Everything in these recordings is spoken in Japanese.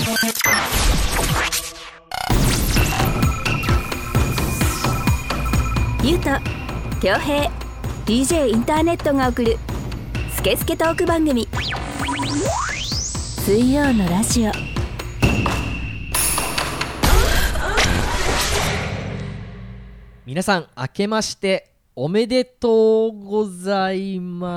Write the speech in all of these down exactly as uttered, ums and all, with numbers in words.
ゆうと恭平 ディージェー インターネットが送るスケスケトーク番組、水曜のラジオ。 皆さん明けましておめでとうございます。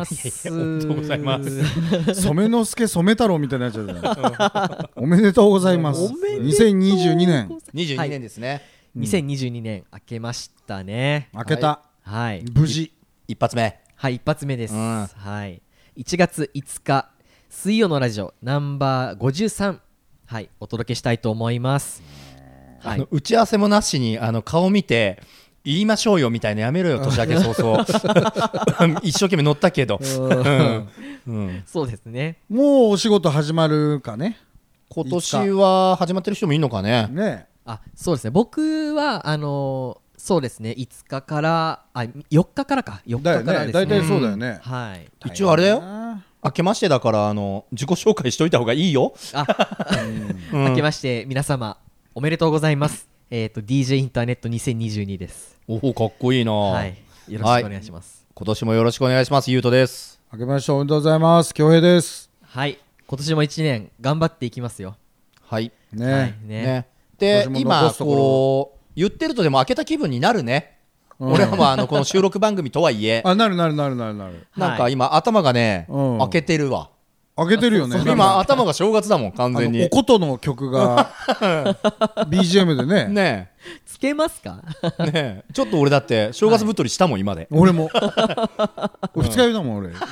いやいやおめでとうございます染之助染太郎みたいになっちゃうじゃんおめでとうございます。 おめでとうにせんにじゅうにねんにじゅうにねんですね、 はい、にせんにじゅうにねん明けましたね。 明けた、 はい、 無事一発目。 はい、一発目です、 うん、 はい、いちがついつか水曜のラジオナンバーごじゅうさん、はい、お届けしたいと思います。 あの打ち合わせもなしにあの顔見て言いましょうよみたいなやめろよ、年明け早々一生懸命乗ったけど、うんうん、 そうですね。 もうお仕事始まるかね。 今年は始まってる人もいいのかね。 ね、 あ、そうですね。僕はあのー、そうですね、いつかからあよっかからかよっかからですね。 だいたいそうだよね、 うん、はい。 一応あれだよ、明けましてだからあの自己紹介しといた方がいいよ。 あ、うん、明けまして皆様おめでとうございます。えっと ディージェー インターネットにせんにじゅうにです。 おお、かっこいいな、 はい、よろしくお願いします、 はい、今年もよろしくお願いします。ゆうとです。 明けましておめでとうございます。恭平です。 はい、今年もいちねん頑張っていきますよ。 はいね、 はい、ねねで今こう言ってるとでも明けた気分になるね、うん、俺はまああのこの収録番組とはいえあ、なるなるなるなるなる、 なんか今頭がね、 うん、 明けてるわ。 開けてるよね。 今頭が正月だもん完全に。 おことの曲がビージーエム でね。 ねえつけますかねえちょっと俺だって正月太りしたもん、はい、今で。 俺も俺二日酔いだもん俺二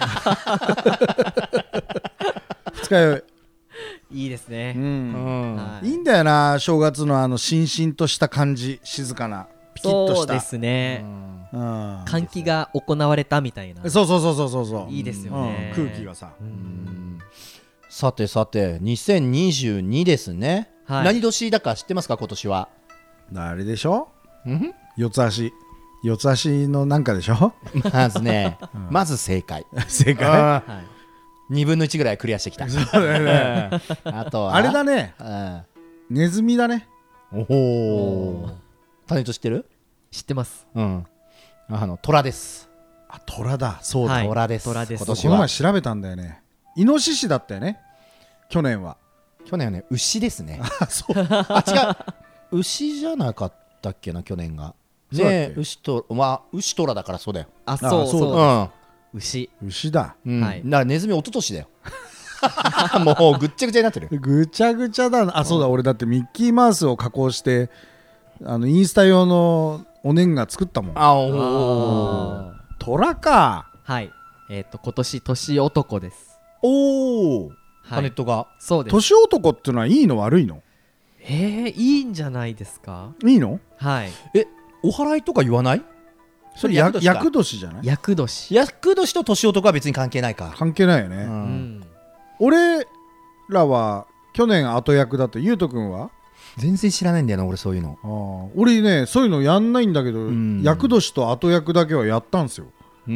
日酔いいいですね、 うんうんはい、 いいんだよな正月のあのしんしんとした感じ、静かなピキッとした。 そうですね、 うん、 換気が行われたみたいな。 そうそうそうそうそう、 いいですよね、 うん、空気がさ、 うん、 さてさてにせんにじゅうにですね、はい、何年だか知ってますか今年は。 あれでしょ、 ん四つ足四つ足のなんかでしょまずね、うん、まず正解正解、はい、にぶんのいちぐらいクリアしてきた。 そうだよねあとはあれだね、 うん、 ネズミだね。 おおタネット知ってる？ 知ってます、 うん、あの虎です。 あ、虎だ、そうだ、 はい、 虎です。 虎です。 今年はこの前調べたんだよね。イノシシだったよね去年は。 去年はね牛ですね。 あ、そうあ、違う牛じゃなかったっけな去年がね。牛とまあ牛虎だからそうだよ。 あ、そうそう、 うん、 牛牛だ、 うん、 はい、 だからネズミ一昨年だよもうぐっちゃぐちゃになってる。 ぐちゃぐちゃだなあ。そうだ、俺だってミッキーマウスを加工してあのインスタ用のお年賀作ったもん。 あおー、虎か。 はい、えっと今年年男です。 おお、タはい、 ネットがそうです。 年男ってのはいいの悪いの？ えー、いいんじゃないですか。 いいの？ はい。 え、お祓いとか言わない？ それ厄年か。厄年じゃない？ 厄年。 厄年と年男は別に関係ないか。 関係ないよね、 うんうん、 俺らは去年後役だった。ゆうとくんは？ 全然知らないんだよな俺そういうの。 あ、俺ねそういうのやんないんだけど、厄年と後役だけはやったんですよ。 うん、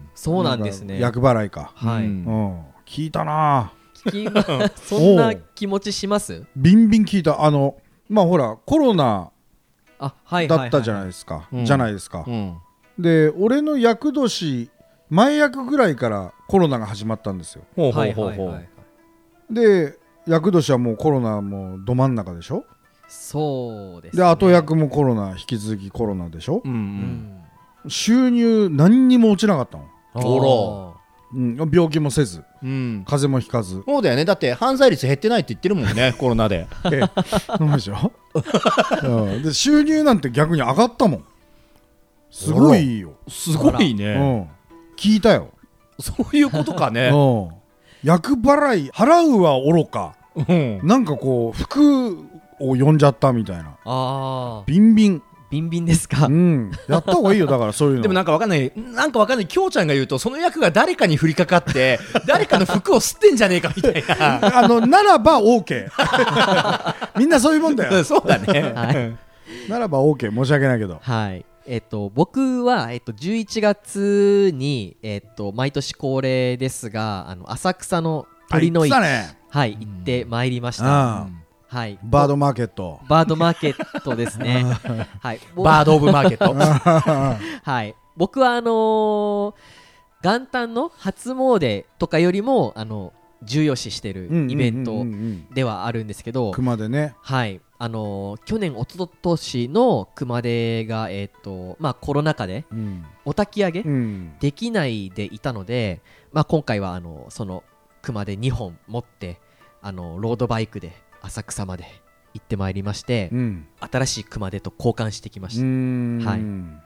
そうなんですね。 厄払いか。 はい、うん、 聞いたな。 そんな気持ちします？ ビンビン聞いた。あのまあほらコロナだったじゃないですか、じゃないですか、うん、で俺の厄年前役ぐらいからコロナが始まったんですよ。 ほうほうほうほう。 で厄年はもうコロナもど真ん中でしょ。 そうですね。 で後役もコロナ、引き続きコロナでしょ、うんうん、収入何にも落ちなかったの。 おら、 うん、病気もせず、うん、風邪もひかず。 そうだよね。だって犯罪率減ってないって言ってるもんねコロナで。 ええ、そうでしょ、うん、で収入なんて逆に上がったもん。すごいよ。 すごいね、 うん、聞いたよ。 そういうことかね。 うん、厄払い払うはおろか、うん、なんかこう服を呼んじゃったみたいな。 あ、 ビンビンビンビンですか、 うん、やった方がいいよ。だからそういうのでもなんかわかんないなんかわかんないきょうちゃんが言うとその役が誰かに降りかかって誰かの服を吸ってんじゃねえかみたいなあのならば OK みんなそういうもんだよ。 そうだね、 はい、 ならば OK。 申し訳ないけど、 はい、えっと、僕は、えっと、じゅういちがつに、えっと、毎年恒例ですがあの浅草の鳥の市、 ね、 はい行ってまいりました。 あはい、 バードマーケットバードマーケットですねはい、 バードオブマーケットはい、僕はあのー、元旦の初詣とかよりもあの重要視してるイベントではあるんですけど、 熊手ね、 はい、あのー、去年一昨年の熊手が、えーとまあ、コロナ禍でお焚き上げできないでいたので、まあ、今回はあのその熊手にほん持ってあのロードバイクで浅草まで行ってまいりまして、うん、新しい熊手と交換してきました。うーん、はい、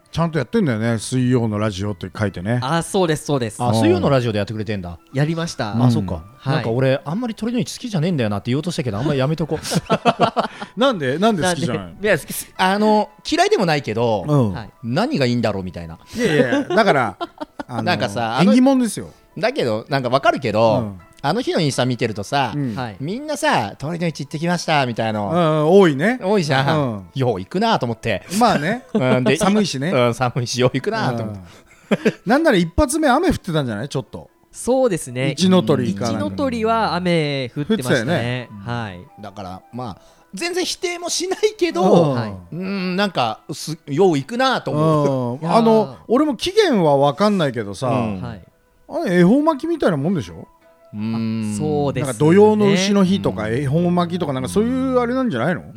ちゃんとやってんだよね、水曜のラジオって書いてね。 あ、そうですそうです。 あ、水曜のラジオでやってくれてんだ。 やりました。 あ、うん、そっか、はい、なんか俺あんまり鳥の位置好きじゃねえんだよなって言おうとしたけど、あんまりやめとこうなんでなんで好きじゃない？いや、 あの嫌いでもないけど、うん、 はい、 何がいいんだろうみたいな。 いやいや、だからあのなんかさ、 縁起物ですよ。 だけどなんかわかるけど、うん、あの日のインスタ見てるとさ、うん、みんなさ鳥の市行ってきましたみたいなの、 うん、多いね、 多いじゃん、うん、よう行くなと思って。 まあね、うん、で寒いしね、 うん、寒いしよう行くなと思って、 うん、なんなら一発目雨降ってたんじゃない？ちょっとそうですね、 一の鳥一の鳥は雨降ってましたね、うん、はい、 だからまあ全然否定もしないけど、はい、うんなんかすよう行くなと思う、 うん、あの俺も期限は分かんないけどさ、うん、はい、あれ恵方巻きみたいなもんでしょ？ うん、そうですね、 なんか土曜の丑の日とか恵方巻きとかなんかそういうあれなんじゃないの？うん、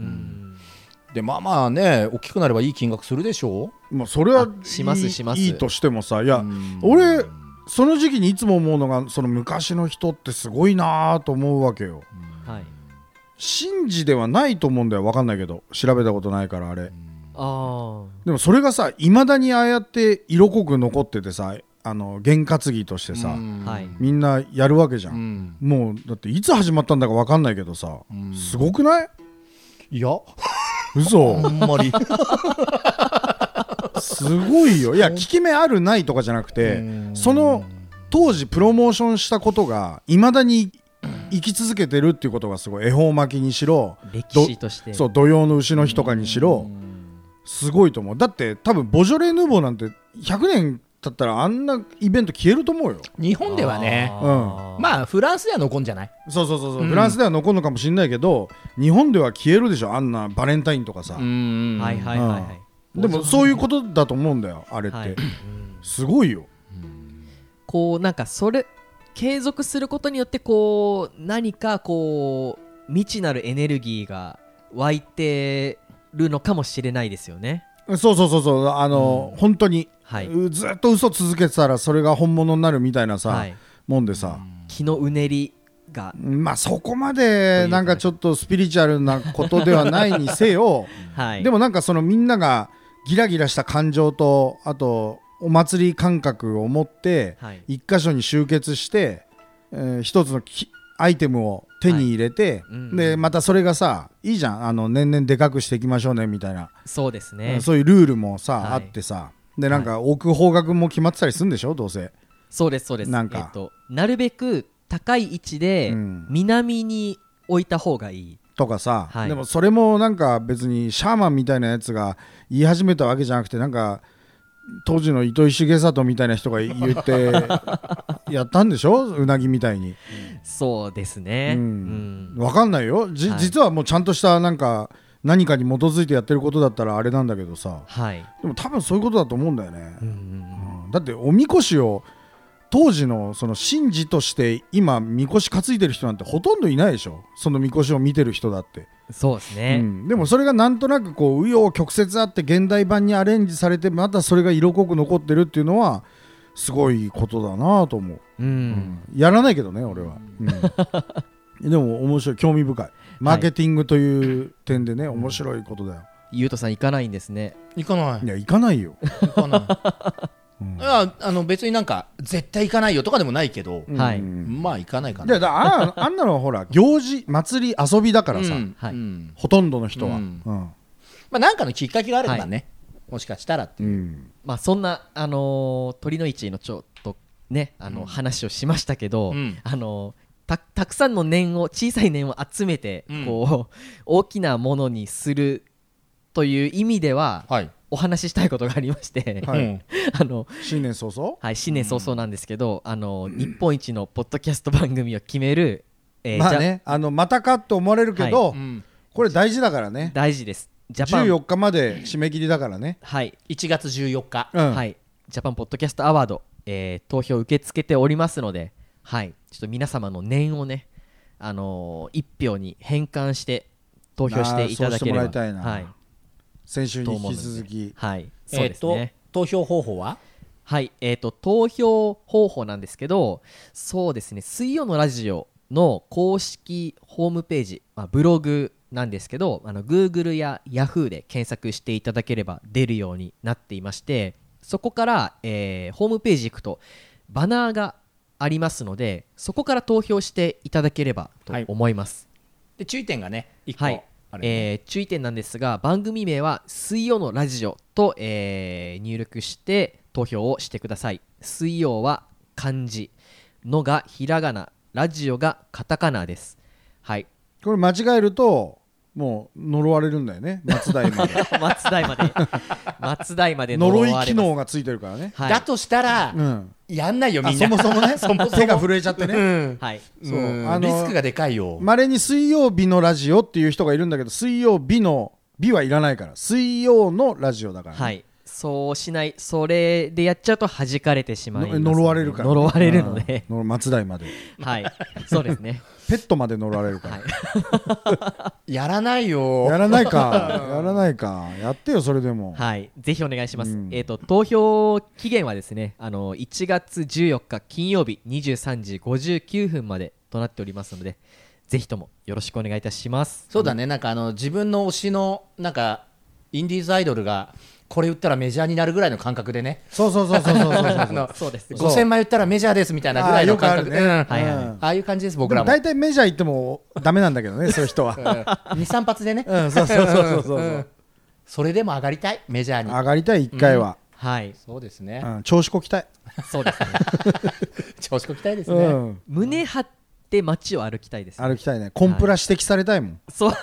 でまあまあね、大きくなればいい金額するでしょう。 まあそれはしますしますいいとしてもさ、いや俺その時期にいつも思うのが、その昔の人ってすごいなと思うわけよ、うん、はい、神事ではないと思うんだよ、分かんないけど調べたことないからあれ、うん、あでもそれがさいまだにああやって色濃く残っててさ、あの験担ぎとしてさ、うん、みんなやるわけじゃん、うん、もうだっていつ始まったんだか分かんないけどさ、うん、すごくない？ いや嘘あんまりすごいよ。いや効き目あるないとかじゃなくて、その当時プロモーションしたことがいまだに生き続けてるっていうことがすごい。恵方巻きにしろ歴史としてそう土曜の丑の日とかにしろすごいと思う。だって多分ボジョレ・ヌーボーなんてひゃくねん経ったらあんなイベント消えると思うよ。 日本ではね、うん、まあフランスでは残んじゃない？ そうそうそうそう、うん、フランスでは残るのかもしれないけど日本では消えるでしょ、あんなバレンタインとかさ。うーん、はいはいはいはい、 うん、でもそういうことだと思うんだよあれって、はい、すごいよ。 こうなんかそれ継続することによってこう何かこう未知なるエネルギーが湧いてるのかもしれないですよね。 そうそうそうそう、あの、うん、本当に、はい、ずっと嘘続けてたらそれが本物になるみたいなさ、はい、もんでさ、 気のうねりがまあそこまでなんかちょっとスピリチュアルなことではないにせよ、はい、でもなんかそのみんながギラギラした感情とあとお祭り感覚を持って一箇所に集結して、えー、一つのアイテムを手に入れて、はい、うん、でまたそれがさいいじゃん、あの年々でかくしていきましょうねみたいな。 そうですね、 そういうルールもさ、はい、あってさ、でなんか置く方角も決まってたりするんでしょどうせ。 そうですそうです。なんか、えっと、なるべく高い位置で南に置いた方がいい、 うん、とかさ、はい、でもそれもなんか別にシャーマンみたいなやつが言い始めたわけじゃなくて、なんか当時の糸井重里みたいな人が言ってやったんでしょ、うなぎみたいに。 そうですね、 うんうん、分かんないよ、じ、はい、実はもうちゃんとしたなんか何かに基づいてやってることだったらあれなんだけどさ、はい、でも多分そういうことだと思うんだよね、うんうんうん、だっておみこしを当時のその神事として今みこし担いでる人なんてほとんどいないでしょ、そのみこしを見てる人だって。 そうですね、うん、 でもそれがなんとなくこう紆余曲折あって現代版にアレンジされてまたそれが色濃く残ってるっていうのはすごいことだなと思う、うんうん、やらないけどね俺は、うん、でも面白い、興味深いマーケティングという点でね、はい、面白いことだよ。 ゆうとさん行かないんですね。 行かない。 いや行かないよ行かないうん、あ, あの別になんか絶対行かないよとかでもないけど、はい、まあ行かないかな。 いやだ あ, あんなのはほら行事祭り遊びだからさ、うんはい、ほとんどの人は、うんうんまあ、なんかのきっかけがあればね、はい、もしかしたらっていう、うんまあ、そんな、あのー、鳥の市のちょっとねあの、うん、話をしましたけど、うんあのー、た, たくさんの念を小さい念を集めて、うん、こう大きなものにするという意味では、はいお話ししたいことがありまして、はい、あの新年早々、 はい、新年早々なんですけど、うん、あの日本一のポッドキャスト番組を決めるえー、 まあねあのまたかと思われるけど、はい、これ大事だからね。 大事です。 ジャパンじゅうよっかまで締め切りだからね。 はいいちがつじゅうよっか、 うん、はいジャパンポッドキャストアワード、えー、投票受け付けておりますので、はいちょっと皆様の念をね、あのー、いち票に変換して投票していただければ、 そうしてもらいたいな、はい、先週に引き続き、 はいそうですね。 えー、投票方法ははいえーと投票方法なんですけど、そうですね水曜のラジオの公式ホームページ、まあ、ブログなんですけど、あの Google や Yahoo で検索していただければ出るようになっていまして、そこから、えー、ホームページ行くとバナーがありますので、そこから投票していただければと思います、 はい、で注意点がねいっこある、ね、 はいえー、注意点なんですが、番組名は水曜のラジオと、えー、入力して投票をしてください。水曜は漢字、のがひらがな、ラジオがカタカナです。はい、 これ間違えるともう呪われるんだよね。松代まで松代まで松代まで呪われます。 呪い機能がついてるからね、 はい、だとしたら、うん、やんないよみんな。 そもそもねそもそも手が震えちゃってね、うん、 はい、 そうあのリスクがでかいよ。 稀に水曜日のラジオっていう人がいるんだけど、水曜日の日はいらないから、水曜のラジオだから、ね、 はい、そうしない、それでやっちゃうと弾かれてしまいます、ね、 呪われるから、ね、 呪われるので、 うん、松代まではいそうですねペットまで呪われるから、 はい、やらないよ。 やらないかやらないかやってよそれでも。 はいぜひお願いします、うん、えーと投票期限はですね、あのいちがつじゅうよっか金曜日にじゅうさんじごじゅうきゅうふんまでとなっておりますので、ぜひともよろしくお願いいたします。 そうだね、なんかあの自分の推しのなんかインディーズアイドルがこれ言ったらメジャーになるぐらいの感覚でね。 そうそうそうそうそうそうです。 ごせんまい言ったらメジャーですみたいなぐらいの感覚で、ああいう感じです僕らも。 大体メジャー行ってもダメなんだけどねそういう人はにさん発でね、 うん、そうそうそうそうそう、うん、 それでも上がりたい、メジャーに上がりたいいっかいは、 うん、はいそうですね、 うん、調子こきたいそうですね調子こきたいですね、うん、 胸張って街を歩きたいです、ね、 歩きたいね。コンプラ指摘されたいもん、はい、そう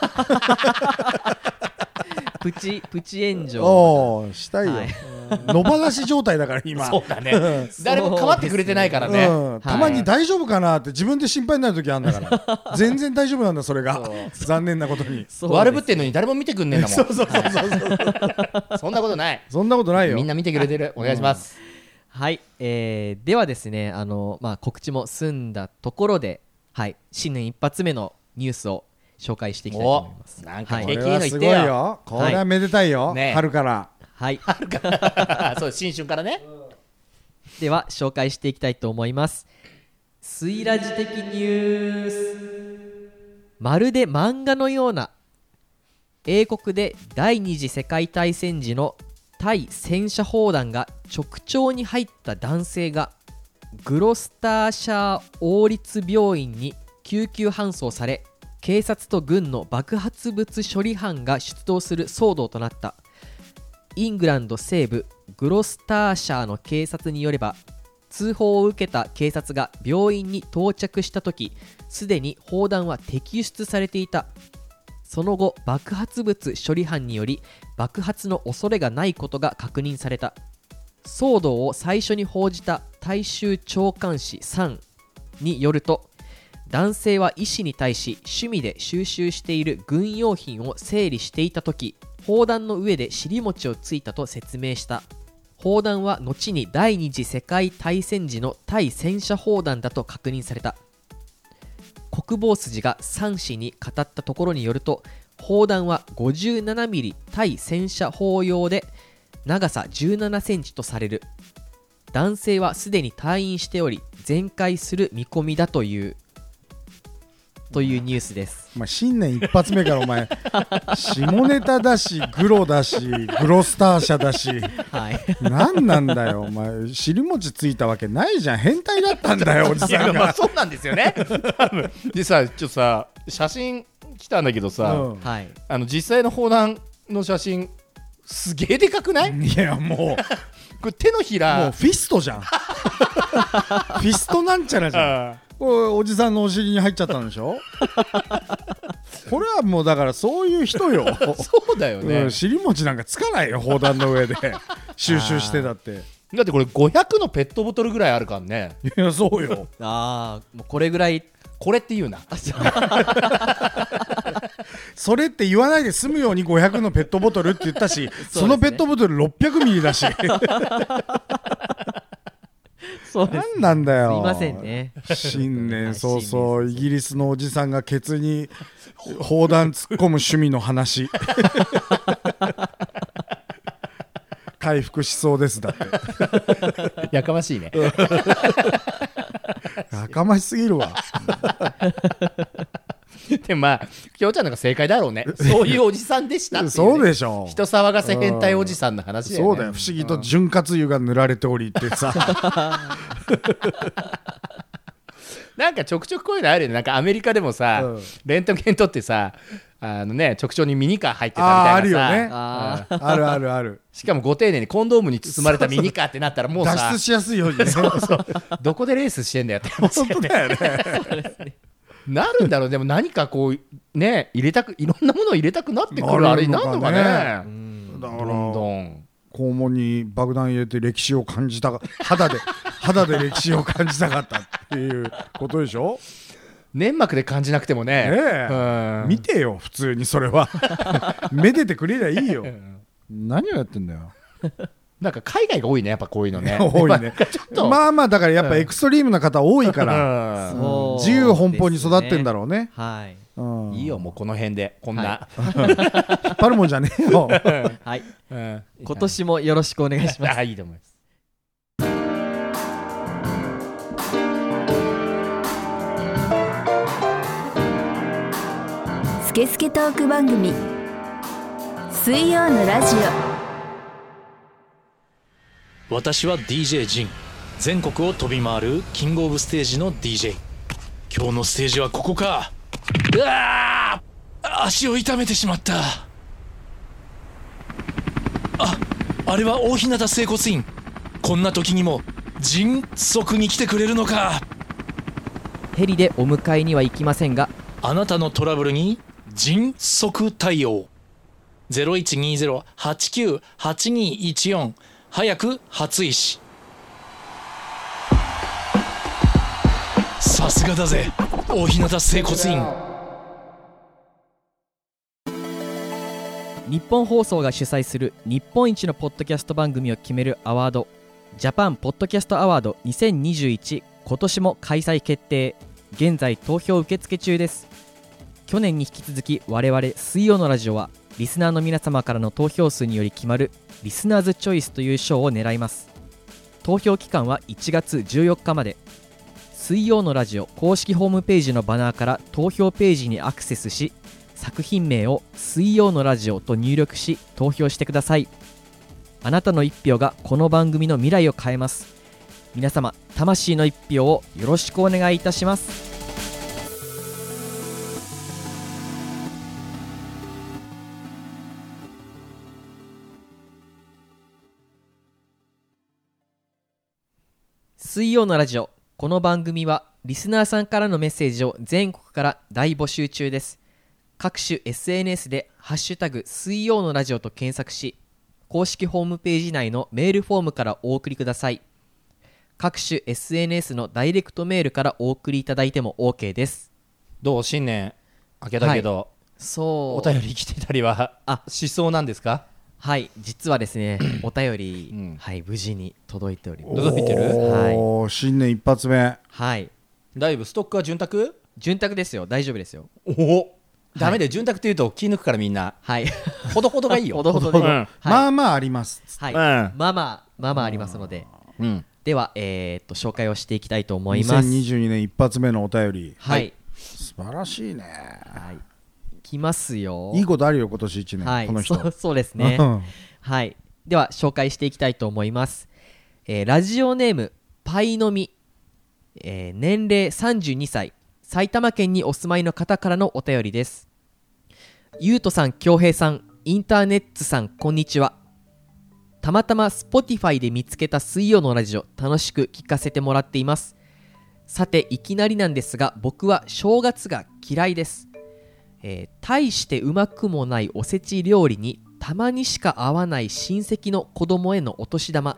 プチプチ炎上おしたいよ、はい、野放し状態だから今そうだね誰も構ってくれてないからね、 うん、たまに大丈夫かなって自分で心配になる時あるんだから全然大丈夫なんだそれが残念なことに悪ぶってんのに誰も見てくんねえんだもんそうそうそうそうそんなことないそんなことないよ、 みんな見てくれてるお願いします、 うん、はい、えー、ではですね、あの、まあ、告知も済んだところで、はい、新年一発目のニュースを紹介していきたいと思います。 なんかこれはすごいよ、これはめでたいよ、はいね、春からはい春からそう新春からね、 うん、では紹介していきたいと思います。水ラジ的ニュース。まるで漫画のような、英国で第二次世界大戦時の対戦車砲弾が直腸に入った男性がグロスターシャー王立病院に救急搬送され、警察と軍の爆発物処理班が出動する騒動となった。イングランド西部グロスターシャーの警察によれば、通報を受けた警察が病院に到着したとき、すでに砲弾は摘出されていた。その後、爆発物処理班により爆発の恐れがないことが確認された。騒動を最初に報じた大衆長官紙サンによると、男性は医師に対し趣味で収集している軍用品を整理していたとき、砲弾の上で尻餅をついたと説明した。砲弾は後に第二次世界大戦時の対戦車砲弾だと確認された。国防筋がサン紙に語ったところによると、砲弾は ごじゅうななミリ 対戦車砲用で長さじゅうななセンチとされる。男性はすでに退院しており、全壊する見込みだというというニュースです。 お前新年一発目からお前下ネタだしグロだしグロスター社だし、はい、何なんだよお前、尻餅ついたわけないじゃん、変態だったんだよおじさんが。 まあそうなんですよね多分でさ、ちょっとさ写真来たんだけどさ、うん、あの実際の砲弾の写真すげえでかくない？ いやもうこれ手のひらもうフィストじゃんフィストなんちゃらじゃん。お, おじさんのお尻に入っちゃったんでしょこれはもうだからそういう人よそうだよね、 うん、尻餅なんかつかないよ砲弾の上で収集してだって。 だってこれごひゃくのペットボトルぐらいあるからね。 いやそうよああもうこれぐらいこれって言うなそれって言わないで済むようにごひゃくのペットボトルって言ったし そ,、ね、そのペットボトルろっぴゃくミリだしそうです、ね、 何なんだよ。 すいませんね。 新年早々イギリスのおじさんがケツに砲弾突っ込む趣味の話回復しそうですだってやかましいねやかましすぎるわでもまあきょうちゃんのが正解だろうね。そういうおじさんでしたっていう、ね、 そうでしょ。 人騒がせ変態おじさんの話だよね。 そうだよ。不思議と潤滑油が塗られておりってさなんかちょくちょくこういうのあるよね。なんかアメリカでもさ、うん、レントゲン撮ってさあのね直腸にミニカー入ってたみたいなさあ, あるよね。あ, あるあるある。 しかもご丁寧にコンドームに包まれたミニカーってなったらもうさ脱出しやすいようにねそうそうどこでレースしてんだよって話だよね。だよねなるんだろう。でも何かこうね入れたくいろんなものを入れたくなってくるあれになるのかね。うん、 だからどんどん肛門に爆弾入れて歴史を感じた肌で肌で歴史を感じたかったっていうことでしょ。 粘膜で感じなくても ね, ねえ、うん、見てよ普通にそれはめでてくれりゃいいよ何をやってんだよなんか海外が多いねやっぱこういうのね多いねまあまあだからやっぱエクストリームな方多いから、うんうん、自由奔放に育ってんだろうね。 はい、 うん、いいよもうこの辺でこんな、 はい、引っ張るもんじゃねえよはい、うん、今年もよろしくお願いしますあいいと思います。 スケスケトーク番組水曜のラジオ。私は ディージェー ジン、全国を飛び回るキングオブステージの ディージェー。 今日のステージはここか。うわー、足を痛めてしまった。あ、あれは大日向整骨院。こんな時にも迅速に来てくれるのか。 ヘリでお迎えには行きませんが、 あなたのトラブルに迅速対応。 ゼロいちにゼロ はちきゅう はちにいちよん 早く初医師。さすがだぜ大日向整骨院。 日本放送が主催する日本一のポッドキャスト番組を決めるアワード、ジャパンポッドキャストアワードにせんにじゅういち、今年も開催決定。現在投票受付中です。去年に引き続き我々水曜のラジオはリスナーの皆様からの投票数により決まるリスナーズチョイスという賞を狙います。投票期間はいちがつじゅうよっかまで。水曜のラジオ公式ホームページのバナーから投票ページにアクセスし、作品名を水曜のラジオと入力し投票してください。あなたの一票がこの番組の未来を変えます。皆様魂の一票をよろしくお願いいたします。水曜のラジオ、この番組はリスナーさんからのメッセージを全国から大募集中です。各種 エスエヌエス でハッシュタグ水曜のラジオと検索し、公式ホームページ内のメールフォームからお送りください。各種 エスエヌエス のダイレクトメールからお送りいただいても OK です。 どう新年明けたけど、はい、 そうお便り来てたりはあしそうなんですか？ はい、実はですねお便り、うん、はい、無事に届いております。 届いてる？ はい、新年一発目。 はい、 だいぶストックは潤沢？ 潤沢ですよ、大丈夫ですよ。 おお、ダメで潤沢って言うと気抜くからみんな。 はい、 ほどほどがいいよ。 ほどほどで、うん、はい、 まあまああります。 はい、うん、まあまあまあまあありますので、うん、では、えー、っと紹介をしていきたいと思います。 にせんにじゅうにねん一発目のお便り。 はい、はい、 素晴らしいね。 はい、きますよ。 いいことあるよ今年いちねん、はい、この人。 そ, そうですねはい、では紹介していきたいと思います。えー、ラジオネームパイのみ、えー、年齢さんじゅうにさい、埼玉県にお住まいの方からのお便りです。ゆうとさん、きょうへいさん、インターネットさん、こんにちは。たまたま Spotify で見つけた水曜のラジオ、楽しく聞かせてもらっています。さていきなりなんですが、僕は正月が嫌いです。えー、大してうまくもないおせち料理にたまにしか会わない親戚の子供へのお年玉、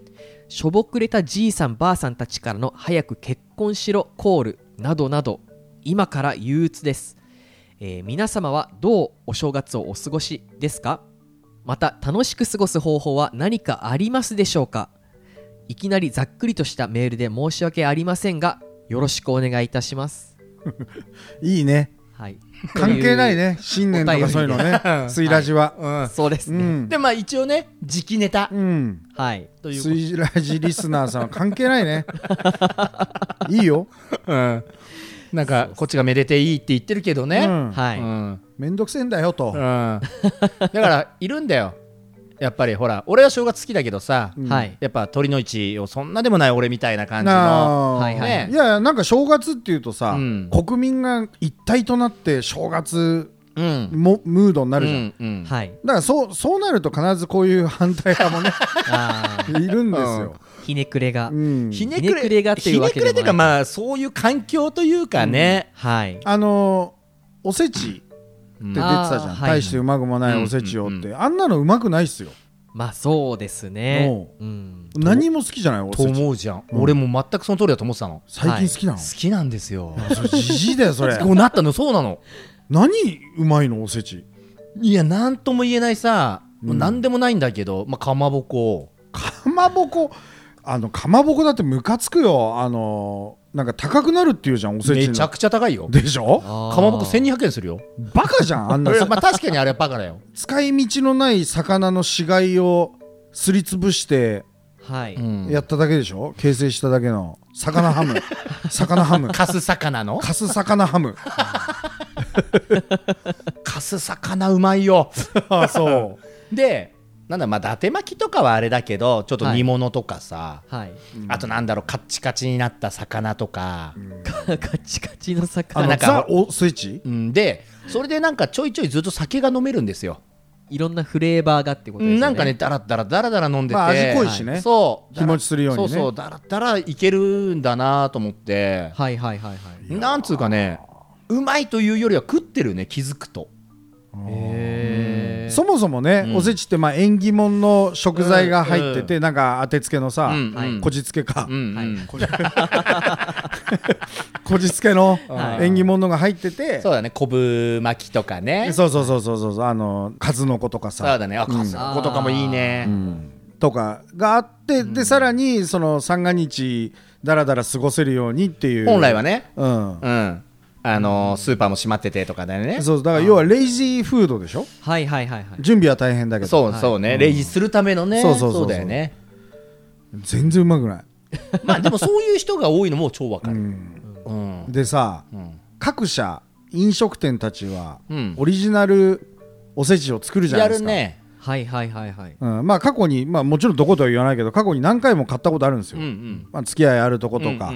しょぼくれたじいさんばあさんたちからの早く結婚しろコールなどなど、 今から憂鬱です、えー、皆様はどうお正月をお過ごしですか？また楽しく過ごす方法は何かありますでしょうか？いきなりざっくりとしたメールで申し訳ありませんがよろしくお願いいたしますいいね、 はい、 関係ないね新年とかそういうのねスイラジは、 はい、うん、そうですね、うん、 でまあ一応ね時期ネタ、 うん、 はいというスイラジリスナーさんは関係ないねいいよ、 うん、なんかこっちがめでていいって言ってるけどね、うん、 はい、うん、 めんどくせえんだよと、うん、 だからいるんだよやっぱりほら俺は正月好きだけどさ、うん、やっぱ鳥の市をそんなでもない俺みたいな感じの、 はいはいね、いやなんか正月っていうとさ、うん、国民が一体となって正月も、うん、ムードになるじゃん、うんうん、だからそう、そうなると必ずこういう反対派もねいるんですよ、 うん、ひねくれが、 うん、ひねくれ、ひねくれがっていうわけでもない、ひねくれっていうかまあそういう環境というかね、 うん、はい、 あのおせちって出てたじゃん、大してうまくもないおせちをって、あんなのうまくないっすよ。 まあそうですね、 うん、何も好きじゃないおせちと思うじゃん、うん、俺も全くその通りだと思ってたの。 最近好きなの、 はい、好きなんですよ。 じじいだよそれこうなったの。そうなの。 何うまいのおせち。 いやなんとも言えないさ、うん、何でもないんだけど、まあ、かまぼこかまぼこあのかまぼこだってムカつくよ。あのなんか高くなるっていうじゃんおせち。 めちゃくちゃ高いよ。 でしょ。 かまぼこせんにひゃくえんするよ。 バカじゃんあんなまあ確かにあれはバカだよ。 使い道のない魚の死骸をすりつぶしてやっただけでしょ。形成しただけの魚ハム魚ハムカス魚のカス魚ハムカス魚うまいよあそうでなんだまあ伊達巻きとかはあれだけどちょっと煮物とかさ、はいはい、あとなんだろうカッチカチになった魚とか、うん、 カッチカチの魚なんかおスイッチ、 うん、でそれでなんかちょいちょいずっと酒が飲めるんですよ。 いろんなフレーバーがってことですよね。 なんかねダラダラダラダラ飲んでて、 まあ、味濃いしね、はい、そう日持ちするようにね。 そうそうダラダラいけるんだなと思って、 はいはいはいはい。 なんつうかねうまいというよりは食ってるね気づくと。 へー。 そもそもね、うん、おせちってまあ縁起物の食材が入ってて、うん、なんか当てつけのさ、うんうん、こじつけか、うんはい、こじつけの縁起物が入ってて、 そうだね昆布巻きとかね。 そうそうそうそうそうあの数の子とかさ。 そうだねあ数の子とかもいいね、 うん、とかがあって、うん、でさらにその三が日だらだら過ごせるようにっていう本来はねうん、 うんあのー、スーパーも閉まっててとかだよね。 そうだから要はレイジーフードでしょ。 はいはいはいはい。 準備は大変だけどそうそうね、はい、レイジするためのね。 そうそうそうそうそうだよね。 全然うまくないまあでもそういう人が多いのも超わかる、うんうん、でさ、うん、各社飲食店たちはオリジナルおせちを作るじゃないですか。 やるね。 はいはいはいはい、 うん、まあ過去に、まあ、もちろんどことは言わないけど過去に何回も買ったことあるんですよ、うんうんまあ、付き合いあるとことか、うんうんうん、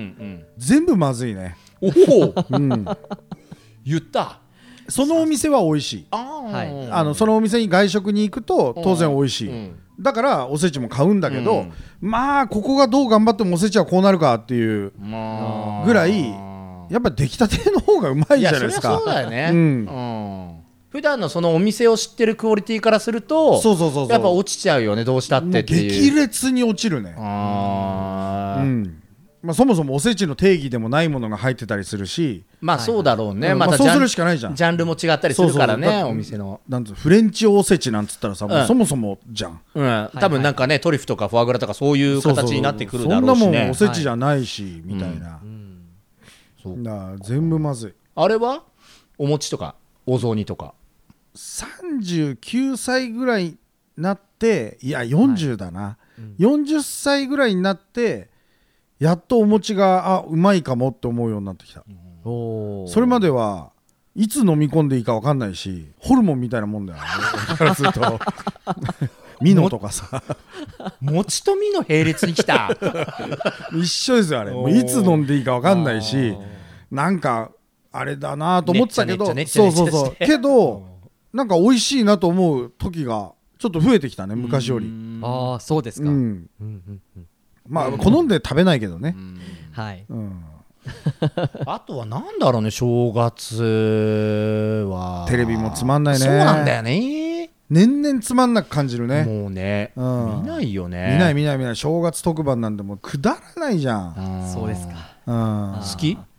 全部まずいね。 おお、うん、言ったそのお店は美味しい。ああのそのお店に外食に行くと当然美味しい、うん、だからおせちも買うんだけど、うん、まあここがどう頑張ってもおせちはこうなるかっていうぐらいやっぱ出来たての方がうまいじゃないですか。 いやそりゃそうだよね、うんうん、普段のそのお店を知ってるクオリティからするとそうそうそうそうやっぱ落ちちゃうよねどうしたってっていう。 激烈に落ちるね。あ、うんまあ、そもそもおせちの定義でもないものが入ってたりするしまあそうだろうね、はいはいまあ、そうするしかないじゃん。 ジャンルも違ったりするからね。そうそうお店のなんつうフレンチおせちなんつったらさ、うん、もうそもそもじゃん、 うん、多分なんかね、はいはい、トリュフとかフォアグラとかそういう形になってくるだろうしね。 そんなもんおせちじゃないし、はい、みたいな、うんうん、そうだ全部まずい。 あれはお餅とかお雑煮とかさんじゅうきゅうさいぐらいになっていやよんじゅうだな、はいうん、よんじゅっさいぐらいになってやっとお餅があうまいかもって思うようになってきた、うん、それまではいつ飲み込んでいいか分かんないしホルモンみたいなもんだよねからするとミノとかさ餅とミノ並列に来た一緒ですよあれ。もういつ飲んでいいか分かんないしなんかあれだなと思ってたけどそうそうそうけどなんか美味しいなと思う時がちょっと増えてきたね昔より。 ああそうですか、うんうんうんうん、 まあ好んで食べないけどね、うん、 はい、うん、 あとはなんだろうね正月はテレビもつまんないね。 そうなんだよね年々つまんなく感じるね。 もうね、うん、見ないよね。 見ない見ない見ない。正月特番なんでもくだらないじゃん。 そうですか、 うん、 好き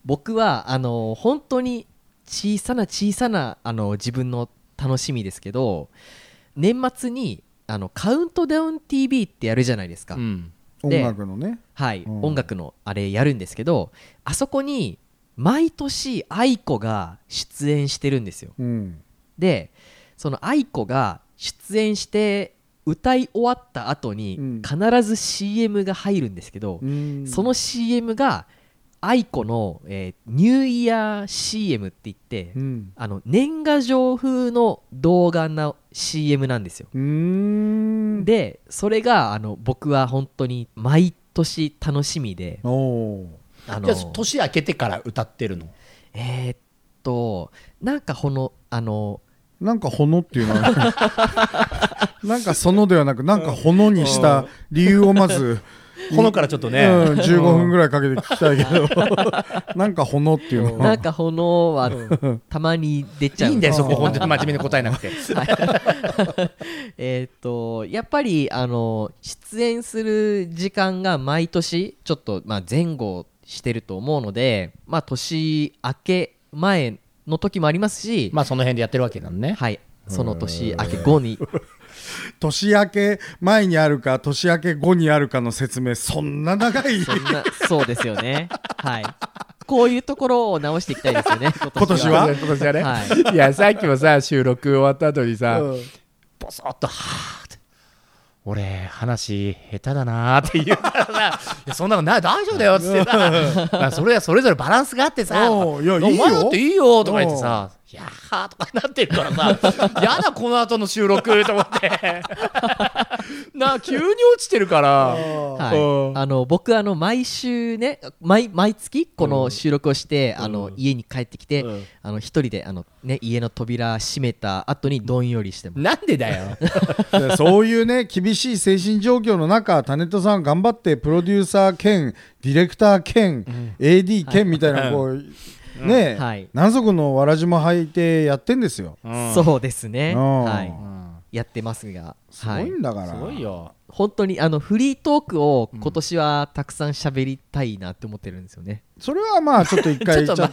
僕はあの本当に小さな小さなあの自分の楽しみですけど、年末にあのカウントダウン ティーブイ ってやるじゃないですか、うん、 音楽のね、 はい、うん、音楽のあれやるんですけど、あそこに毎年愛子が出演してるんですよ、うん、でその愛子が出演して歌い終わった後に必ず シーエム が入るんですけど、うん、その シーエム が愛子の、えー、ニューイヤー シーエム って言って、うん、あの年賀状風の動画の シーエム なんですよ。うーんでそれがあの僕は本当に毎年楽しみで、おあのじゃあ年明けてから歌ってるの？ えー、っとなんかほのあのなんかほのっていうのはなんかそのではなくなんかほのにした理由をまずほのからちょっとね、 うん、じゅうごふんぐらいかけて聞きたいけどなんかほのっていうのなんかほのはたまに出ちゃう。 いいんだよそこ本当に真面目に答えなくてえっとやっぱりあの出演する時間が毎年ちょっとまあ前後してると思うので、まあ年明け前の時もありますし、 まあその辺でやってるわけなんね。 はい、その年明け後に年明け前にあるか年明け後にあるかの説明そんな長いそんなそうですよね。はいこういうところを直していきたいですよね今年は今年はね、はい、いやさっきもさ収録終わった後にさ、うん、ボソッとはーって俺話下手だなーって言ったらさいやそんなのない大丈夫だよっつってさそれはそれぞれバランスがあってさおいやいいよお前だっていいよとか言ってさいやーとかなってるからさやだこの後の収録と思ってな急に落ちてるから、 はい、あの僕あの毎週ね 毎, 毎月この収録をして、うん、あの家に帰ってきて、うん、あの一人であの、ね、家の扉閉めた後にどんよりしてます。 なんでだよそういうね厳しい精神状況の中タネットさん頑張ってプロデューサー兼ディレクター兼、うん、エーディー 兼みたいなこう、はいねえ、はい、何足のわらじも履いてやってんですよ、 うん、そうですね、はい、うん、やってますがすごいんだから、 はい、すごいよ本当にあのフリートークを今年はたくさん喋りたいなって思ってるんですよね、 うん、それはまあちょっと一回ちょっと、うん、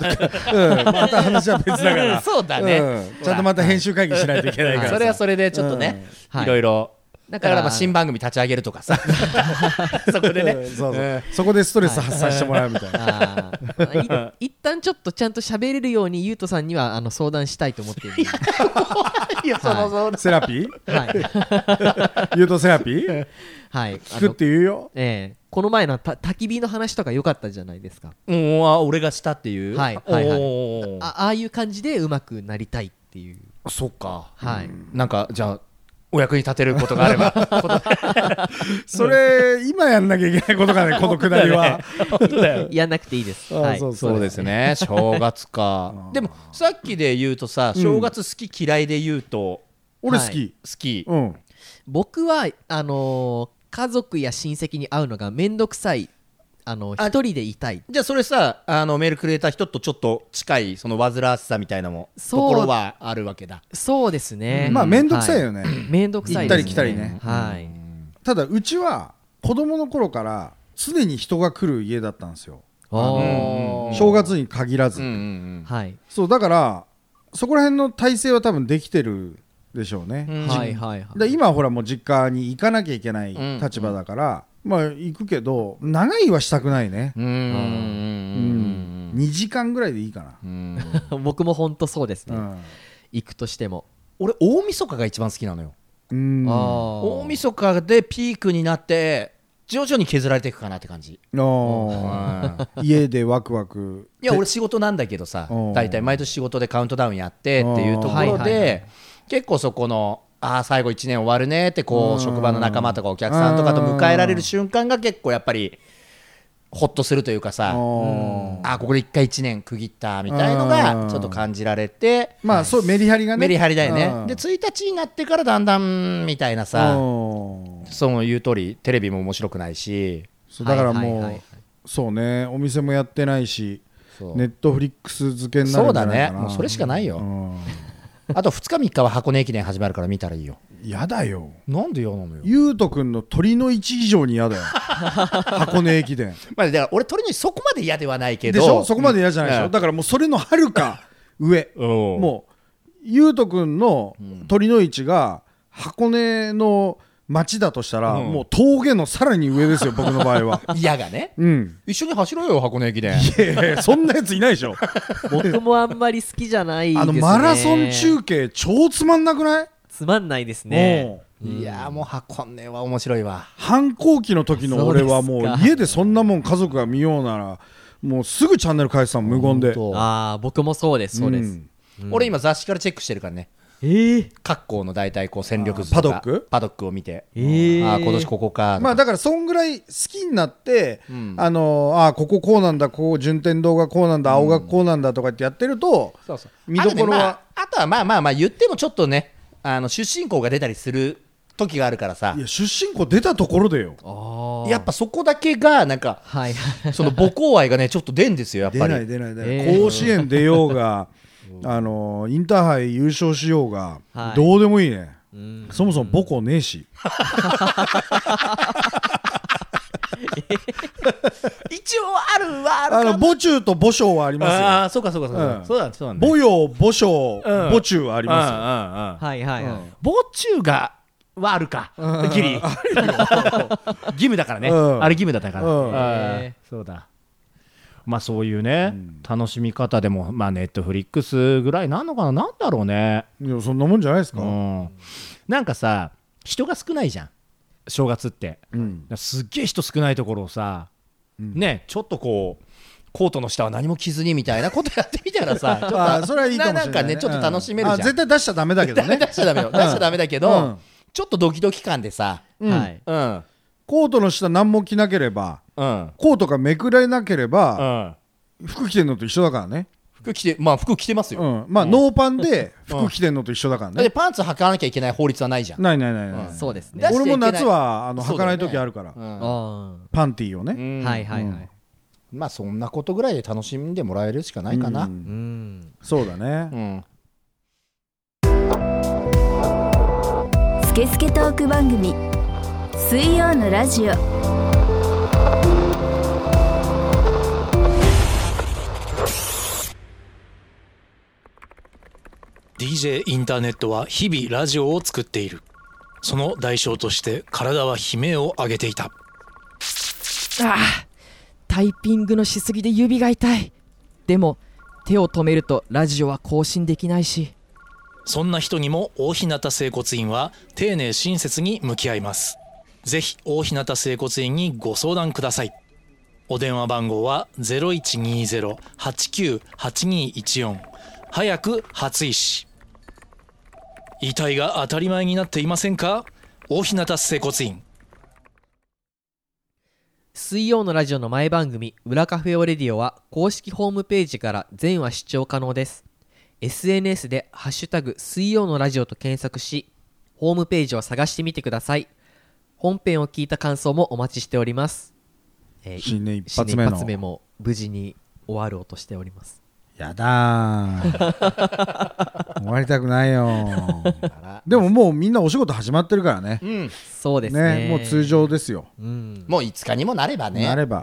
また話は別だから、 うん、そうだね、 うん、ちゃんとまた編集会議しないといけないから、 それはそれでちょっとね、うん、いろいろだからまあ新番組立ち上げるとかさそこでねそうそう、えー、そこでストレス発散してもらうみたいな、 はい、い一旦ちょっとちゃんと喋れるようにゆうとさんにはあの相談したいと思っているいやその相談セラピーはいゆうとセラピーはい聞くって言うよ、 えー、この前のた焚き火の話とか良かったじゃないですか。 うんあ俺がしたっていうはいはいはいあああいう感じでうまくなりたいっていう。 そっかはい、 うん、なんかじゃあお役に立てることがあればそれ今やんなきゃいけないことかねこのくだりはやんなくていいです。 はい、そうそうですね正月かでもさっきで言うとさ正月好き嫌いで言うと、 うん、俺好き、 はい、好き、 うん、僕はあのー、家族や親戚に会うのがめんどくさいあの一人でいたい。 じゃあそれさあのメールくれた人とちょっと近いその煩わしさみたいなもところはあるわけだ。 そうですね、 うん、まあ面倒くさいよね、はい、 面倒くさいですね行ったり来たりね、 はい、 ただうちは子供の頃から常に人が来る家だったんですよ。正月に限らず、うんうんうん、はい、そうだからそこら辺の体制は多分できてるでしょうね、うん、はいはいはい、で今はほらもう実家に行かなきゃいけない立場だから、うんうん、まあ行くけど長いはしたくないね。うん、うん、にじかんぐらいでいいかな。うん僕も本当そうですね、うん、行くとしても俺大晦日が一番好きなのよ。うん大晦日でピークになって徐々に削られていくかなって感じ。 あ家でワクワクいや俺仕事なんだけどさだいたい毎年仕事でカウントダウンやってっていうところで結構そこのあー最後いちねん終わるねってこう職場の仲間とかお客さんとかと迎えられる瞬間が結構やっぱりホッとするというかさ、うん、あここで一回いちねん区切ったみたいのがちょっと感じられて、 まあそうメリハリがねメリハリだよね。でついたちになってからだんだんみたいなさその言う通りテレビも面白くないしそうだからもう、はいはいはい、そうねお店もやってないしネットフリックス漬けになるんじゃないかな。 そうだねもうそれしかないよ、うん、あとふつかみっかは箱根駅伝始まるから見たらいいよ。 やだよ。 なんで嫌なのよ。 ゆうとくんの鳥の位置以上に嫌だよ箱根駅伝。 まあだから俺鳥の位置そこまで嫌ではないけど。 でしょ、そこまで嫌じゃないでしょ、うん、だからもうそれのはるか上もうゆうとくんの鳥の位置が箱根の町だとしたら、うん、もう峠のさらに上ですよ僕の場合は。 嫌がね、 うん、 一緒に走ろうよ箱根駅伝。 いやいやそんなやついないでしょ僕もあんまり好きじゃないですね。 あのマラソン中継超つまんなくない？ つまんないですね。 いやーもう箱根は面白いわ。 反抗期の時の俺はもう家でそんなもん家族が見ようならもうすぐチャンネル変えてたもん無言で。 ああ僕もそうですそうです、 うんうん、俺今雑誌からチェックしてるからね。 えー、 各校の大体こう戦力図とかパドックパドックを見て、 えー、 あ今年ここか。 まあだからそんぐらい好きになって、うん、あのあこここうなんだこう順天堂がこうなんだ、うん、青学こうなんだとかってやってると、 そうそう見どころは あ,、ねまあ、 あとはまあまあまあ言ってもちょっとねあの出身校が出たりする時があるからさ。 いや出身校出たところでよ。 あやっぱそこだけがなんか、はい、その母校愛がねちょっと出んですよやっぱり。 出ない出ない出ない、えー、甲子園出ようがあのインターハイ優勝しようが、はい、どうでもいいね、うん、そもそも母校ねえし一応あるはあるかな。 あの母中と母小はありますよ。 ああそうかそうかそうか、うん、そうだそうだね。 母陽母小、うん、母中はありますよ、 うんうんうん、 はいはいはい、うん、 母中がはあるかギリ義務だからね、うん、あれ義務だったから、うんえー、そうだ。まあそういうね、うん、楽しみ方でもまあネットフリックスぐらいなんのかな。なんだろうね。 いやそんなもんじゃないですか、 うん、なんかさ人が少ないじゃん正月って、うん、すっげえ人少ないところをさ、うん、ねちょっとこうコートの下は何も着ずにみたいなことやってみたらさちょっとあそれはいいかもしれない、ね、 なんかねちょっと楽しめるじゃん、 うん、絶対出しちゃダメだけどね出しちゃダメよ出しちゃダメだけど、うん、ちょっとドキドキ感でさ、 うんはいうん、コートの下何も着なければ、うん、コートがめくられなければ、うん、服着てんのと一緒だからね。 服着てまあ服着てますよ、 うんまあ、うん、ノーパンで服着てんのと一緒だからね、 だってパンツ履かなきゃいけない法律はないじゃん。 ないないないない、 うん、そうですね。 俺も夏はあの履かない時あるから、 ねうん、 パンティーをね、 うん、はいはいはい、 うん、まあそんなことぐらいで楽しんでもらえるしかないかな、うんうん、 そうだね、うん、 スケスケトーク番組水曜のラジオ。 ディージェー インターネットは日々ラジオを作っている。その代償として体は悲鳴を上げていた。ああ、タイピングのしすぎで指が痛い。でも手を止めるとラジオは更新できないし。 そんな人にも大日向整骨院は丁寧親切に向き合います。ぜひ大日向整骨院にご相談ください。お電話番号は ゼロいちにゼロ はちきゅう はちにいちよん。早く初医師。遺体が当たり前になっていませんか？大日向整骨院。 水曜のラジオの前番組裏カフェオレディオは公式ホームページから全話視聴可能です。 エスエヌエス でハッシュタグ水曜のラジオと検索しホームページを探してみてください。本編を聞いた感想もお待ちしております、 えー、新年一発目の新年一発目も無事に終わろうとしております。 やだー終わりたくないよでももうみんなお仕事始まってるからね、 うん、そうです ね, ねもう通常ですよ、 うん、もういつかにもなればねなれば、 うん、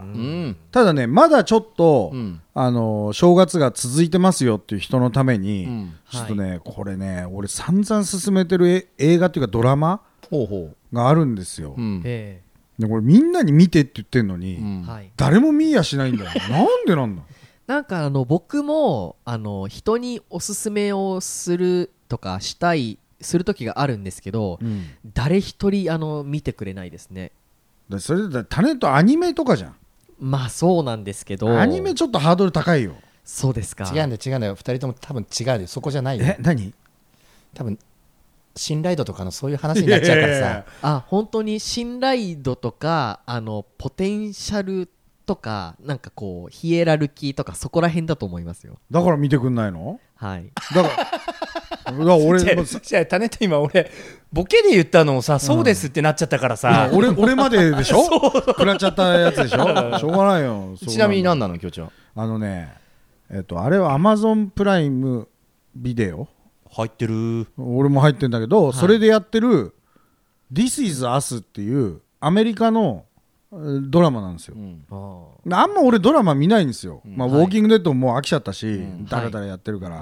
ただねまだちょっと、うん、あの正月が続いてますよっていう人のために、うん、ちょっとね、はい、これね俺散々勧めてる映画っていうかドラマがあるんですよ、うん、でこれみんなに見てって言ってんのに、うん、誰も見やしないんだよなんでなんだなんかあの僕もあの人におすすめをするとかしたいする時があるんですけど、うん、誰一人あの見てくれないですね。 だそれでタレントアニメとかじゃん。 まあそうなんですけどアニメちょっとハードル高いよ。 そうですか。 違うんだよ違うんだよふたりとも多分違うよそこじゃないよ。 え何多分信頼度とかのそういう話になっちゃうからさいやいやいやあ本当に信頼度とかあのポテンシャルとかなんかこうヒエラルキーとかそこら辺だと思いますよ。 だから見てくんないの？ はいだからだから俺じゃあタネット今俺ボケで言ったのをさ、うん、そうですってなっちゃったからさ俺, 俺まででしょ食らっちゃったやつでしょしょうがないよ。 ちなみに何なの今日ちゃん。 あのねえっとあれは Amazon プライムビデオ入ってる。 俺も入ってんだけど、はい、それでやってる This is Us っていうアメリカのドラマなんですよ、うん、あんま俺ドラマ見ないんですよ、うんまあ、ウォーキングデッドももう飽きちゃったし、うん、だらだらやってるから、はい、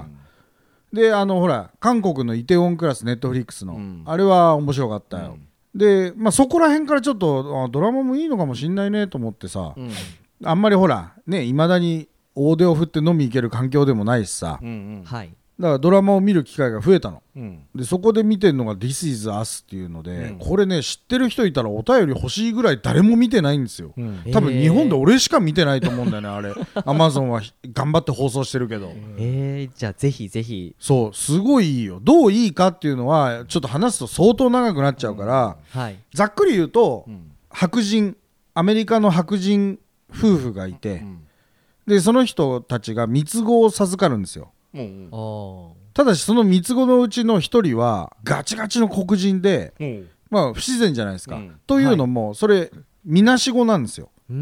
であのほら韓国のイテウォンクラスネットフリックスの、うん、あれは面白かったよ、うん、で、まあ、そこら辺からちょっとあドラマもいいのかもしんないねと思ってさ、うん、あんまりほらねいまだに大手を振って飲み行ける環境でもないしさ、うんうんはいだからドラマを見る機会が増えたの、うん、でそこで見てるのが This is Us っていうので、うん、これね知ってる人いたらお便り欲しいぐらい誰も見てないんですよ、うん、多分日本で俺しか見てないと思うんだよねあれAmazon は頑張って放送してるけどえー、じゃあぜひぜひそうすごいいいよどういいかっていうのはちょっと話すと相当長くなっちゃうから、うんはい、ざっくり言うと、うん、白人アメリカの白人夫婦がいて、うん、でその人たちが三つ子を授かるんですようん、ただしその三つ子のうちの一人はガチガチの黒人で、うん、まあ不自然じゃないですか、うん、というのもそれみなし子なんですよ、うん、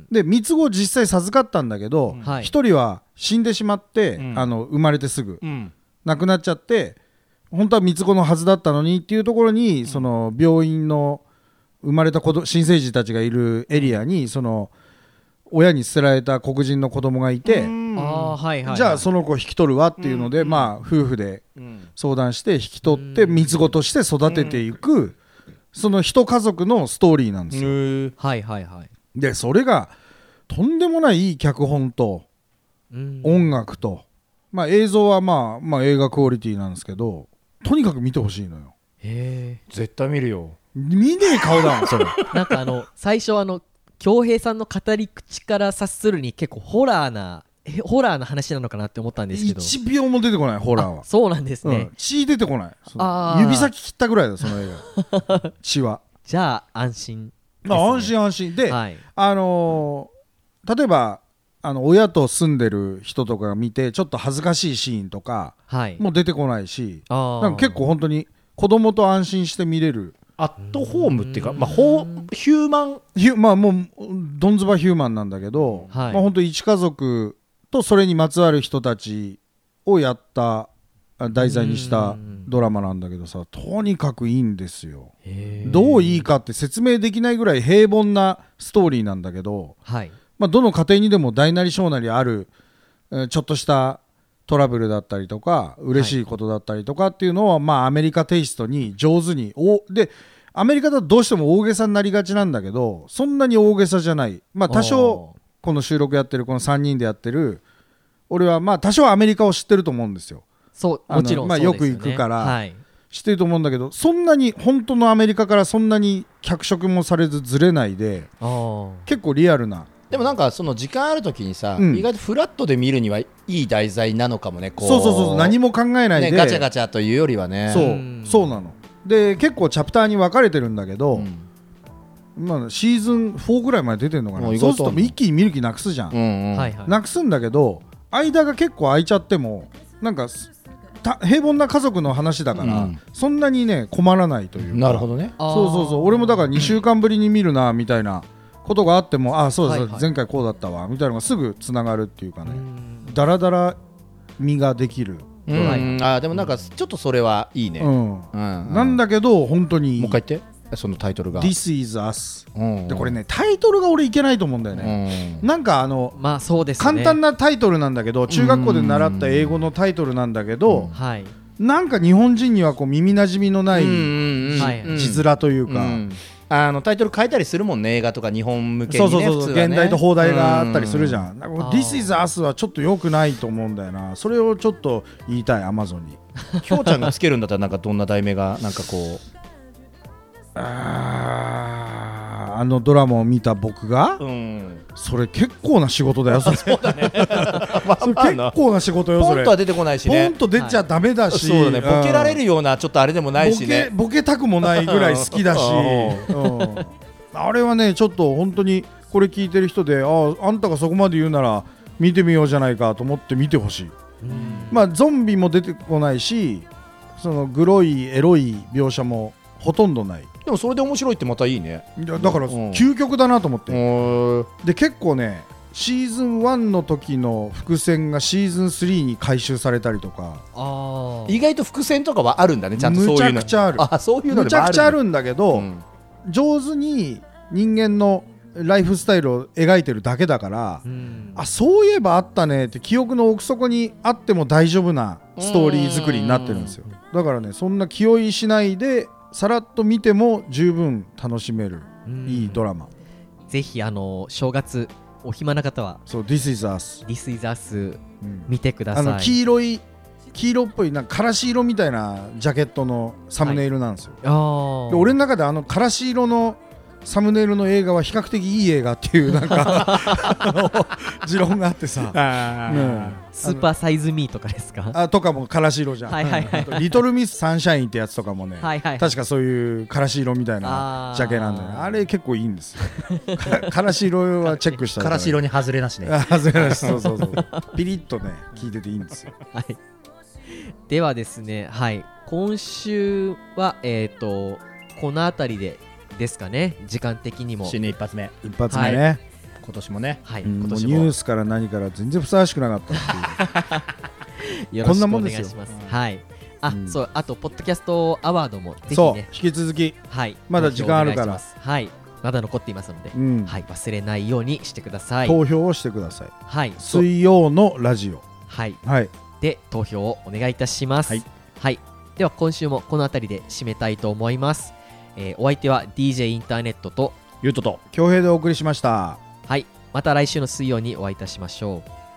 で三つ子実際授かったんだけど一、うん、人は死んでしまって、うん、あの生まれてすぐ、うん、亡くなっちゃって本当は三つ子のはずだったのにっていうところに、うん、その病院の生まれた子ど新生児たちがいるエリアにその親に捨てられた黒人の子供がいて、あはいはいはい、じゃあその子引き取るわっていうので、うんまあ、夫婦で相談して引き取って三つ子として育てていくその一家族のストーリーなんですよ、はいはいはい、でそれがとんでもないいい脚本と音楽と、まあ、映像は、まあ、まあ映画クオリティなんですけどとにかく見てほしいのよ。 へー絶対見るよ。 見ねえ顔だもんそれなんかあの最初あの恭平さんの語り口から察するに結構ホラーなホラーな話なのかなって思ったんですけどいちびょうも出てこないホラーは。 そうなんですね、うん、 血出てこない。あ指先切ったぐらいだその映画血はじゃあ安心ですね、まあ、安心安心で、はい、あのー、例えばあの親と住んでる人とかが見てちょっと恥ずかしいシーンとか、はい、もう出てこないしなんか結構本当に子供と安心して見れるアットホームっていうか、まあ、ホーヒューマンヒュ、まあ、もうどんずばヒューマンなんだけど、はいまあ、本当一家族とそれにまつわる人たちをやった題材にしたドラマなんだけどさとにかくいいんですよ。どういいかって説明できないぐらい平凡なストーリーなんだけど、はいまあ、どの家庭にでも大なり小なりあるちょっとしたトラブルだったりとか嬉しいことだったりとかっていうのは、まあ、アメリカテイストに上手におでアメリカだとどうしても大げさになりがちなんだけどそんなに大げさじゃない、まあ、多少この収録やってるこのさんにんでやってる俺はまあ多少アメリカを知ってると思うんですよ。 そうもちろんまあ、よく行くから知ってると思うんだけど、はい、そんなに本当のアメリカからそんなに脚色もされずずれないで結構リアルな。 でもなんかその時間ある時にさ、うん、意外とフラットで見るにはいい題材なのかもね。こうそうそうそう何も考えないで、 ね、ガチャガチャというよりはね。 そうそうなので結構チャプターに分かれてるんだけど、うんまあ、シーズンフォーぐらいまで出てるのかな。そうすると一気に見る気なくすじゃん、うんうん、なくすんだけど間が結構空いちゃってもなんか平凡な家族の話だから、うん、そんなにね困らないというか。 なるほどね。 そうそうそう俺もだからにしゅうかんぶりに見るなみたいなことがあってもあそうです、はいはい、前回こうだったわみたいなのがすぐつながるっていうかねダラダラ見ができる。 うんあでもなんかちょっとそれはいいね、うんうんうん、なんだけど本当にもう一回言ってそのタイトルが This is Us、うんうん、でこれねタイトルが俺いけないと思うんだよね、うん、なんかあの、 まあそうですね、 簡単なタイトルなんだけど中学校で習った英語のタイトルなんだけど、うんはい、なんか日本人にはこう耳なじみのない字面というか、うんうんあのタイトル変えたりするもんね映画とか日本向けにね。 そうそうそう、ね、現代と放題があったりするじゃん。This is Us はちょっと良くないと思うんだよな。それをちょっと言いたい Amazon に。 きょうちゃんがつけるんだったらなんかどんな題名がなんかこうあ, あのドラマを見た僕が、うん、それ結構な仕事だよそれ。そうだねまあそれ結構な仕事よそれ。 ポンとは出てこないしね。 ポンと出ちゃダメだし、 はい、そうだねボケられるようなちょっとあれでもないしね。 ボケ、ボケたくもないぐらい好きだし、うん、あれはねちょっと本当にこれ聞いてる人で あ, あんたがそこまで言うなら見てみようじゃないかと思って見てほしい。まあゾンビも出てこないしそのグロいエロい描写もほとんどない。 でもそれで面白いってまたいいね。 だから究極だなと思って、うん、で結構ねシーズンワンの時の伏線がシーズンスリーに回収されたりとか、 あ意外と伏線とかはあるんだね、ちゃんとそういうのむちゃくちゃある。 あそういうのむちゃくちゃあるんだけど、 うん、 上手に人間のライフスタイルを描いてるだけだから、うん、あそういえばあったねって記憶の奥底にあっても大丈夫なストーリー作りになってるんですよ。だからね、そんな気負いしないでさらっと見ても十分楽しめるいいドラマ。 ぜひあの正月お暇な方はそう This is Us This is Us、うん、見てください。 あの黄色い黄色っぽいなんかからし色みたいなジャケットのサムネイルなんですよ、はい、で俺の中であのからし色のサムネイルの映画は比較的いい映画っていうなんか持論があってさあ、 ね、スーパーサイズミーとかですかあとかもからし色じゃん、 はいはいはい、 リトルミスサンシャインってやつとかもね、 はいはいはい、 確かそういうからし色みたいなジャケなんだよね。 あ, あれ結構いいんですよからし色はチェックしたらからし色に外れなしね外れなしそうそうそうピリッとね聞いてていいんですよ、 はい、ではですね、はい、今週はえっ、ー、とこのあたりでですかね、時間的にも新年一発目一発目ね、 はい、今年もね、 はい、 うん、 今年もニュースから何から全然ふさわしくなかったっていうよろしくお願いします。はい、あ、うん、そう、あとポッドキャストアワードもぜひね、 そう引き続き、 はい、 まだ時間あるから、 はい、まだ残っていますので、うん、はい、忘れないようにしてください。 投票をしてください。 はい、 水曜のラジオ、 はい、 はい、 で投票をお願いいたします。はい、はい、では今週もこのあたりで締めたいと思います。えー、お相手は ディージェー インターネットとゆうとと恭平でお送りしました。 はい、また来週の水曜にお会いいたしましょう。